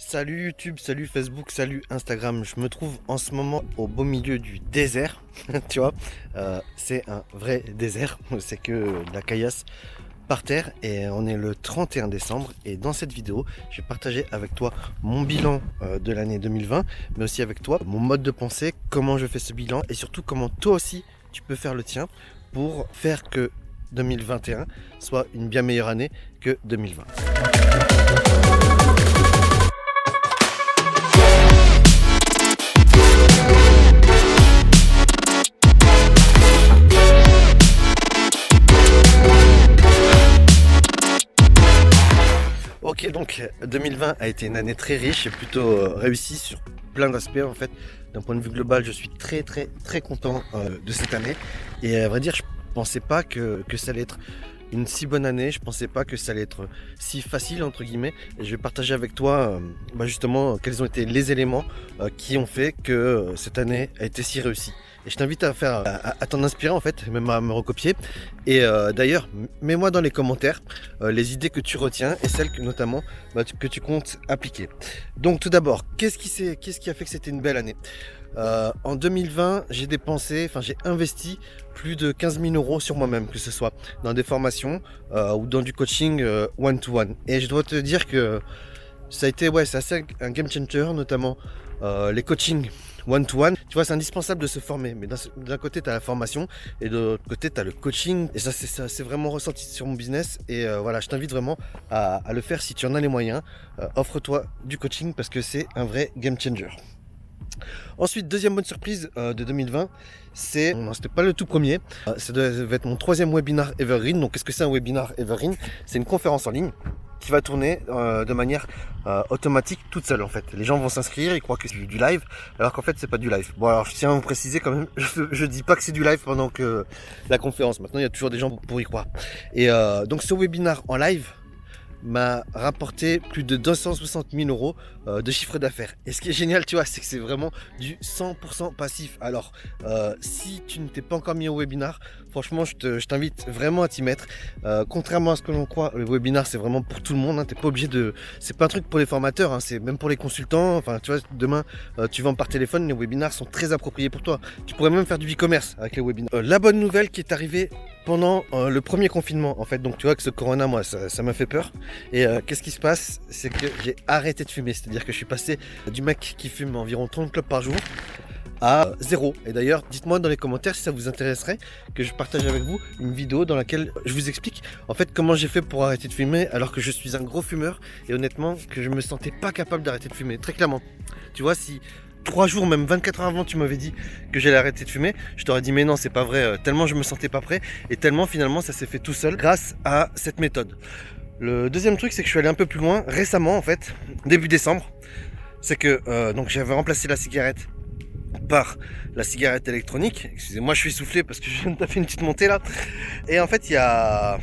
Salut YouTube, salut Facebook, salut Instagram. Je me trouve en ce moment au beau milieu du désert. Tu vois, c'est un vrai désert. C'est que de la caillasse par terre et on est le 31 décembre. Et dans cette vidéo, je vais partager avec toi mon bilan de l'année 2020, mais aussi avec toi mon mode de pensée, comment je fais ce bilan et surtout comment toi aussi tu peux faire le tien pour faire que 2021 soit une bien meilleure année que 2020. Ok, donc 2020 a été une année très riche et plutôt réussie sur plein d'aspects en fait. D'un point de vue global, je suis très content de cette année. Et à vrai dire, je pensais pas que ça allait être une si bonne année. Je pensais pas que ça allait être si facile entre guillemets. Et je vais partager avec toi justement quels ont été les éléments qui ont fait que cette année a été si réussie. Et je t'invite à t'en inspirer en fait, même à me recopier. Et d'ailleurs, mets-moi dans les commentaires les idées que tu retiens et celles que notamment que tu comptes appliquer. Donc tout d'abord, qu'est-ce qui a fait que c'était une belle année? En 2020, j'ai investi plus de 15 000 euros sur moi-même, que ce soit dans des formations ou dans du coaching one-to-one. Et je dois te dire que ça a été c'est assez un game changer, notamment les coachings one-to-one. Tu vois, c'est indispensable de se former, mais d'un côté tu as la formation et de l'autre côté tu as le coaching, et ça c'est vraiment ressenti sur mon business. Et voilà, je t'invite vraiment à le faire si tu en as les moyens. Offre-toi du coaching parce que c'est un vrai game changer. Ensuite, deuxième bonne surprise de 2020, c'était pas le tout premier, ça devait être mon troisième webinar Evergreen. Donc qu'est-ce que c'est un webinar Evergreen? C'est une conférence en ligne qui va tourner de manière automatique toute seule en fait. Les gens vont s'inscrire, ils croient que c'est du live, alors qu'en fait c'est pas du live. Bon, alors je tiens à vous préciser quand même, je dis pas que c'est du live pendant que la conférence. Maintenant il y a toujours des gens pour y croire. Et donc ce webinar en live m'a rapporté plus de 260 000 euros de chiffre d'affaires. Et ce qui est génial, tu vois, c'est que c'est vraiment du 100% passif. Alors, si tu ne t'es pas encore mis au webinar, franchement, je t'invite vraiment à t'y mettre. Contrairement à ce que l'on croit, le webinar, c'est vraiment pour tout le monde. Hein. T'es pas obligé de... C'est pas un truc pour les formateurs, hein. C'est même pour les consultants. Enfin, tu vois, demain, tu vends par téléphone, les webinars sont très appropriés pour toi. Tu pourrais même faire du e-commerce avec les webinars. La bonne nouvelle qui est arrivée pendant le premier confinement, en fait. Donc, tu vois que ce corona, moi, ça m'a fait peur. Et qu'est-ce qui se passe? C'est que j'ai arrêté de fumer. C'est-à-dire que je suis passé du mec qui fume environ 30 clopes par jour à 0. Et d'ailleurs, dites-moi dans les commentaires si ça vous intéresserait que je partage avec vous une vidéo dans laquelle je vous explique en fait comment j'ai fait pour arrêter de fumer alors que je suis un gros fumeur et honnêtement que je me sentais pas capable d'arrêter de fumer. Très clairement. Tu vois, si 3 jours, même 24 heures avant, tu m'avais dit que j'allais arrêter de fumer, je t'aurais dit mais non, c'est pas vrai, tellement je me sentais pas prêt et tellement finalement ça s'est fait tout seul grâce à cette méthode. Le deuxième truc, c'est que je suis allé un peu plus loin récemment en fait, début décembre. C'est que donc j'avais remplacé la cigarette par la cigarette électronique. Excusez-moi, je suis essoufflé parce que je viens de taper une petite montée là. Et en fait, il y a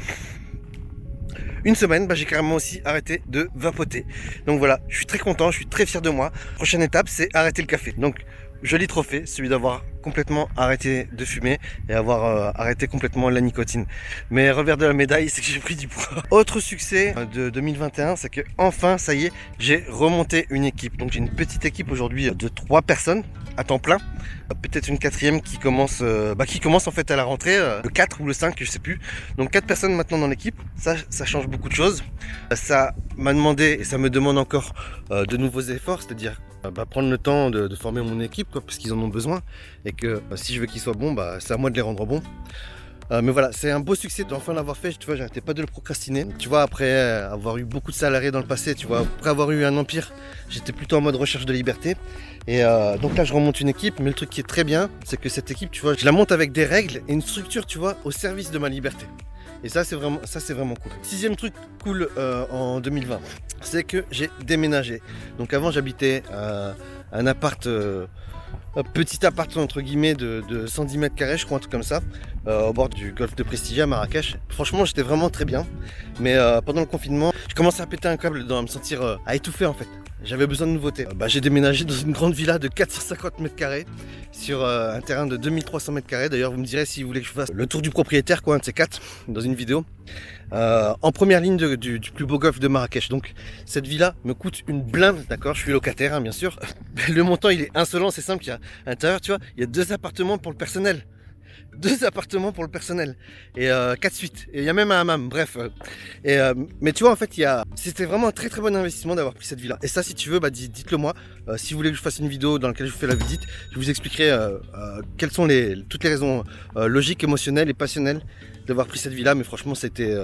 une semaine, j'ai carrément aussi arrêté de vapoter. Donc voilà, je suis très content, je suis très fier de moi. Prochaine étape, c'est arrêter le café. Donc joli trophée, celui d'avoir complètement arrêté de fumer et avoir arrêté complètement la nicotine. Mais revers de la médaille, c'est que j'ai pris du poids. Autre succès de 2021, c'est que enfin, ça y est, j'ai remonté une équipe. Donc j'ai une petite équipe aujourd'hui de 3 personnes à temps plein. Peut-être une quatrième qui commence en fait à la rentrée, le 4 ou le 5, je sais plus. Donc 4 personnes maintenant dans l'équipe, ça change beaucoup de choses. Ça m'a demandé et ça me demande encore de nouveaux efforts, c'est-à-dire prendre le temps de former mon équipe parce qu'ils en ont besoin et que si je veux qu'ils soient bons, c'est à moi de les rendre bons. Mais voilà, c'est un beau succès d'enfin l'avoir fait. Tu vois, j'arrêtais pas de le procrastiner. Tu vois, après avoir eu beaucoup de salariés dans le passé, tu vois, après avoir eu un empire, j'étais plutôt en mode recherche de liberté. Et donc là, je remonte une équipe. Mais le truc qui est très bien, c'est que cette équipe, tu vois, je la monte avec des règles et une structure, tu vois, au service de ma liberté. Et ça, c'est vraiment cool. Sixième truc cool en 2020, c'est que j'ai déménagé. Donc avant, j'habitais un appart... petit appart entre guillemets de 110 mètres carrés, je crois, un truc comme ça, au bord du golfe de Prestigia à Marrakech. Franchement, j'étais vraiment très bien. Mais pendant le confinement, je commençais à péter un câble, à me sentir à étouffer en fait. J'avais besoin de nouveautés. J'ai déménagé dans une grande villa de 450 mètres carrés sur un terrain de 2300 mètres carrés. D'ailleurs, vous me direz si vous voulez que je fasse le tour du propriétaire, quoi, un de ces 4, dans une vidéo. en première ligne du plus beau golf de Marrakech. Donc cette villa me coûte une blinde, d'accord, je suis locataire, hein, bien sûr. Le montant il est insolent, c'est simple, il y a à l'intérieur, tu vois, il y a 2 appartements pour le personnel. 2 appartements pour le personnel et 4 suites, et il y a même un hammam, bref, mais tu vois, en fait, c'était vraiment un très très bon investissement d'avoir pris cette villa. Et ça, si tu veux, bah, dites-le moi, si vous voulez que je fasse une vidéo dans laquelle je vous fais la visite, je vous expliquerai quelles sont toutes les raisons logiques, émotionnelles et passionnelles d'avoir pris cette villa. Mais franchement, c'était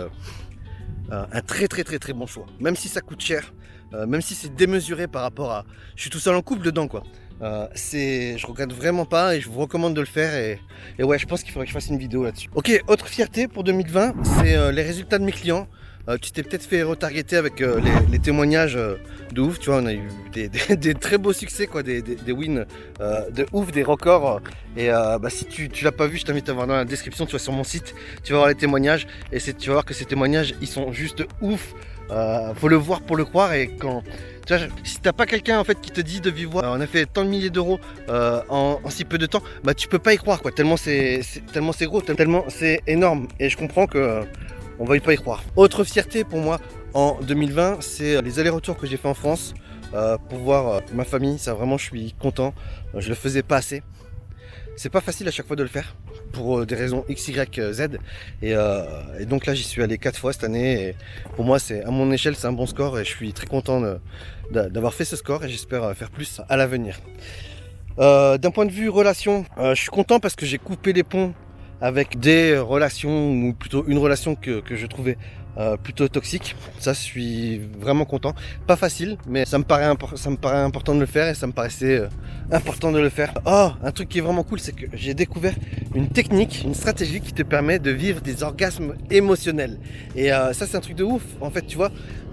un très très très très bon choix, même si ça coûte cher, même si c'est démesuré par rapport à, je suis tout seul en couple dedans, quoi. Je regrette vraiment pas et je vous recommande de le faire, et ouais, je pense qu'il faudrait que je fasse une vidéo là-dessus. Ok, autre fierté pour 2020, c'est les résultats de mes clients. Tu t'es peut-être fait retargeter avec les témoignages de ouf, tu vois, on a eu des très beaux succès, quoi, des wins de ouf, des records, et bah, si tu l'as pas vu, je t'invite à voir dans la description, tu vas sur mon site, tu vas voir les témoignages, et tu vas voir que ces témoignages, ils sont juste ouf. Faut le voir pour le croire, et quand tu vois, si t'as pas quelqu'un en fait qui te dit de vive voix, on a fait tant de milliers d'euros en si peu de temps, bah tu peux pas y croire, quoi, tellement c'est gros, tellement c'est énorme, et je comprends que on va pas y croire. Autre fierté pour moi en 2020, c'est les allers-retours que j'ai fait en France pour voir ma famille. Ça, vraiment, je suis content. Je le faisais pas assez. C'est pas facile à chaque fois de le faire pour des raisons X, Y, Z. Et donc là, j'y suis allé 4 fois cette année. Et pour moi, à mon échelle, c'est un bon score, et je suis très content d'avoir fait ce score, et j'espère faire plus à l'avenir. D'un point de vue relation, je suis content parce que j'ai coupé les ponts avec des relations, ou plutôt une relation que je trouvais plutôt toxique. Ça, je suis vraiment content. Pas facile, mais ça me paraît important de le faire, et ça me paraissait important de le faire. Oh, un truc qui est vraiment cool, c'est que j'ai découvert une technique, une stratégie qui te permet de vivre des orgasmes émotionnels. Et ça, c'est un truc de ouf, en fait, tu vois.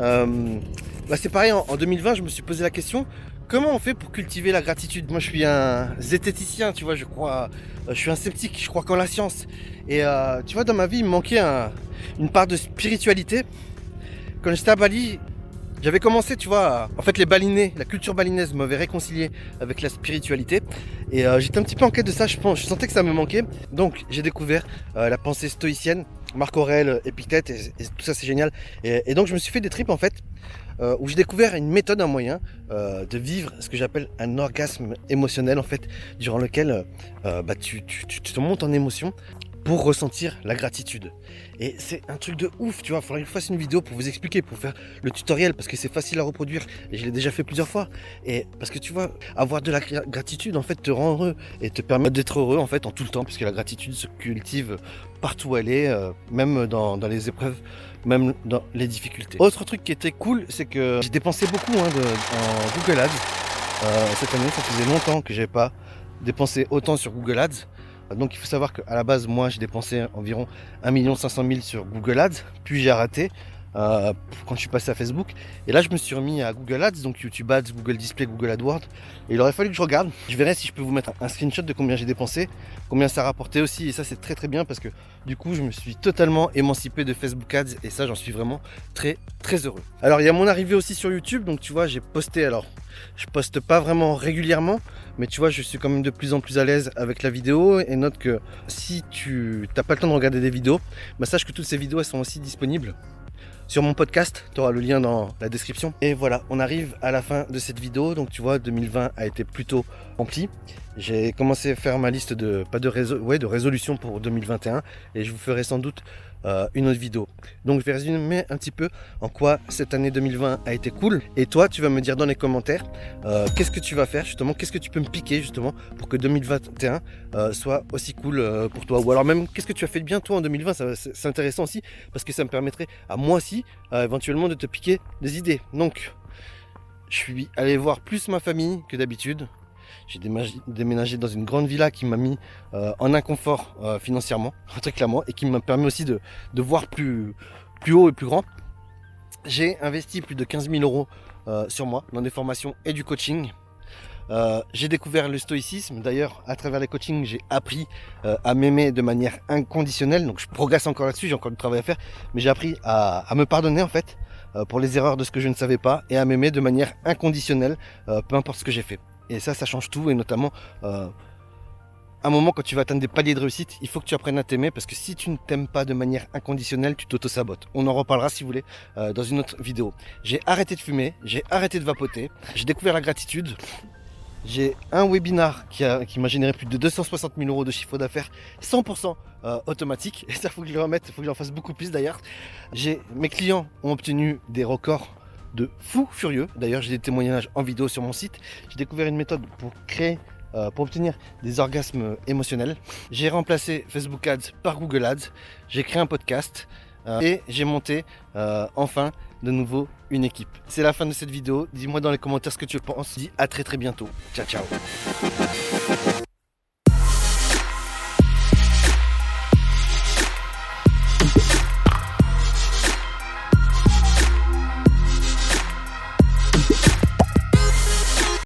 Bah, c'est pareil, en 2020, je me suis posé la question: comment on fait pour cultiver la gratitude? Moi, je suis un zététicien, tu vois, je suis un sceptique, je crois qu'en la science. Et tu vois, dans ma vie, il me manquait une part de spiritualité. Quand j'étais à Bali, j'avais commencé, tu vois, en fait, les balinais, la culture balinaise m'avait réconcilié avec la spiritualité. Et j'étais un petit peu en quête de ça, je sentais que ça me manquait. Donc, j'ai découvert la pensée stoïcienne, Marc Aurèle, Épictète, et tout ça, c'est génial. Et donc, je me suis fait des trips, en fait, où j'ai découvert une méthode, un moyen de vivre ce que j'appelle un orgasme émotionnel, en fait, durant lequel bah, tu te montes en émotion pour ressentir la gratitude. Et c'est un truc de ouf, tu vois. Il faudrait que je fasse une vidéo pour vous expliquer, pour faire le tutoriel, parce que c'est facile à reproduire, et je l'ai déjà fait plusieurs fois. Et parce que tu vois, avoir de la gratitude, en fait, te rend heureux et te permet d'être heureux, en fait, en tout le temps, puisque la gratitude se cultive partout où elle est, même dans les épreuves, même dans les difficultés. Autre truc qui était cool, c'est que j'ai dépensé beaucoup en Google Ads cette année. Ça faisait longtemps que j'avais pas dépensé autant sur Google Ads. Donc il faut savoir qu'à la base, moi, j'ai dépensé environ 1 500 000 sur Google Ads, puis j'ai arrêté quand je suis passé à Facebook. Et là, je me suis remis à Google Ads, donc YouTube Ads, Google Display, Google AdWords. Et il aurait fallu que je regarde. Je verrai si je peux vous mettre un screenshot de combien j'ai dépensé, combien ça a rapporté aussi. Et ça, c'est très très bien, parce que du coup, je me suis totalement émancipé de Facebook Ads, et ça, j'en suis vraiment très très heureux. Alors, il y a mon arrivée aussi sur YouTube. Donc tu vois, j'ai posté, alors je poste pas vraiment régulièrement, mais tu vois, je suis quand même de plus en plus à l'aise avec la vidéo. Et note que si tu n'as pas le temps de regarder des vidéos, bah sache que toutes ces vidéos, elles sont aussi disponibles sur mon podcast. Tu auras le lien dans la description. Et voilà, on arrive à la fin de cette vidéo. Donc tu vois, 2020 a été plutôt rempli. J'ai commencé à faire ma liste de résolutions pour 2021, et je vous ferai sans doute une autre vidéo. Donc je vais résumer un petit peu en quoi cette année 2020 a été cool. Et toi, tu vas me dire dans les commentaires qu'est-ce que tu vas faire justement, qu'est-ce que tu peux me piquer justement pour que 2021 soit aussi cool pour toi. Ou alors même qu'est-ce que tu as fait de bien toi en 2020. C'est intéressant aussi, parce que ça me permettrait à moi aussi éventuellement de te piquer des idées. Donc je suis allé voir plus ma famille que d'habitude. J'ai déménagé dans une grande villa qui m'a mis en inconfort financièrement, très clairement, et qui m'a permis aussi de voir plus haut et plus grand. J'ai investi plus de 15 000 euros sur moi, dans des formations et du coaching. J'ai découvert le stoïcisme. D'ailleurs, à travers les coachings, j'ai appris à m'aimer de manière inconditionnelle. Donc je progresse encore là-dessus, j'ai encore du travail à faire. Mais j'ai appris à me pardonner, en fait, pour les erreurs de ce que je ne savais pas, et à m'aimer de manière inconditionnelle, peu importe ce que j'ai fait. Et ça change tout, et notamment un moment, quand tu vas atteindre des paliers de réussite, il faut que tu apprennes à t'aimer, parce que si tu ne t'aimes pas de manière inconditionnelle, tu t'auto-sabotes. On en reparlera si vous voulez dans une autre vidéo. J'ai arrêté de fumer, j'ai arrêté de vapoter, j'ai découvert la gratitude. J'ai un webinar qui m'a généré plus de 260 000 euros de chiffre d'affaires 100% automatique. Et ça, faut que je le remette, il faut que j'en fasse beaucoup plus d'ailleurs. Mes clients ont obtenu des records de fous furieux. D'ailleurs, j'ai des témoignages en vidéo sur mon site. J'ai découvert une méthode pour obtenir des orgasmes émotionnels. J'ai remplacé Facebook Ads par Google Ads. J'ai créé un podcast et j'ai monté enfin de nouveau une équipe. C'est la fin de cette vidéo. Dis-moi dans les commentaires ce que tu penses. Dis à très bientôt. Ciao ciao.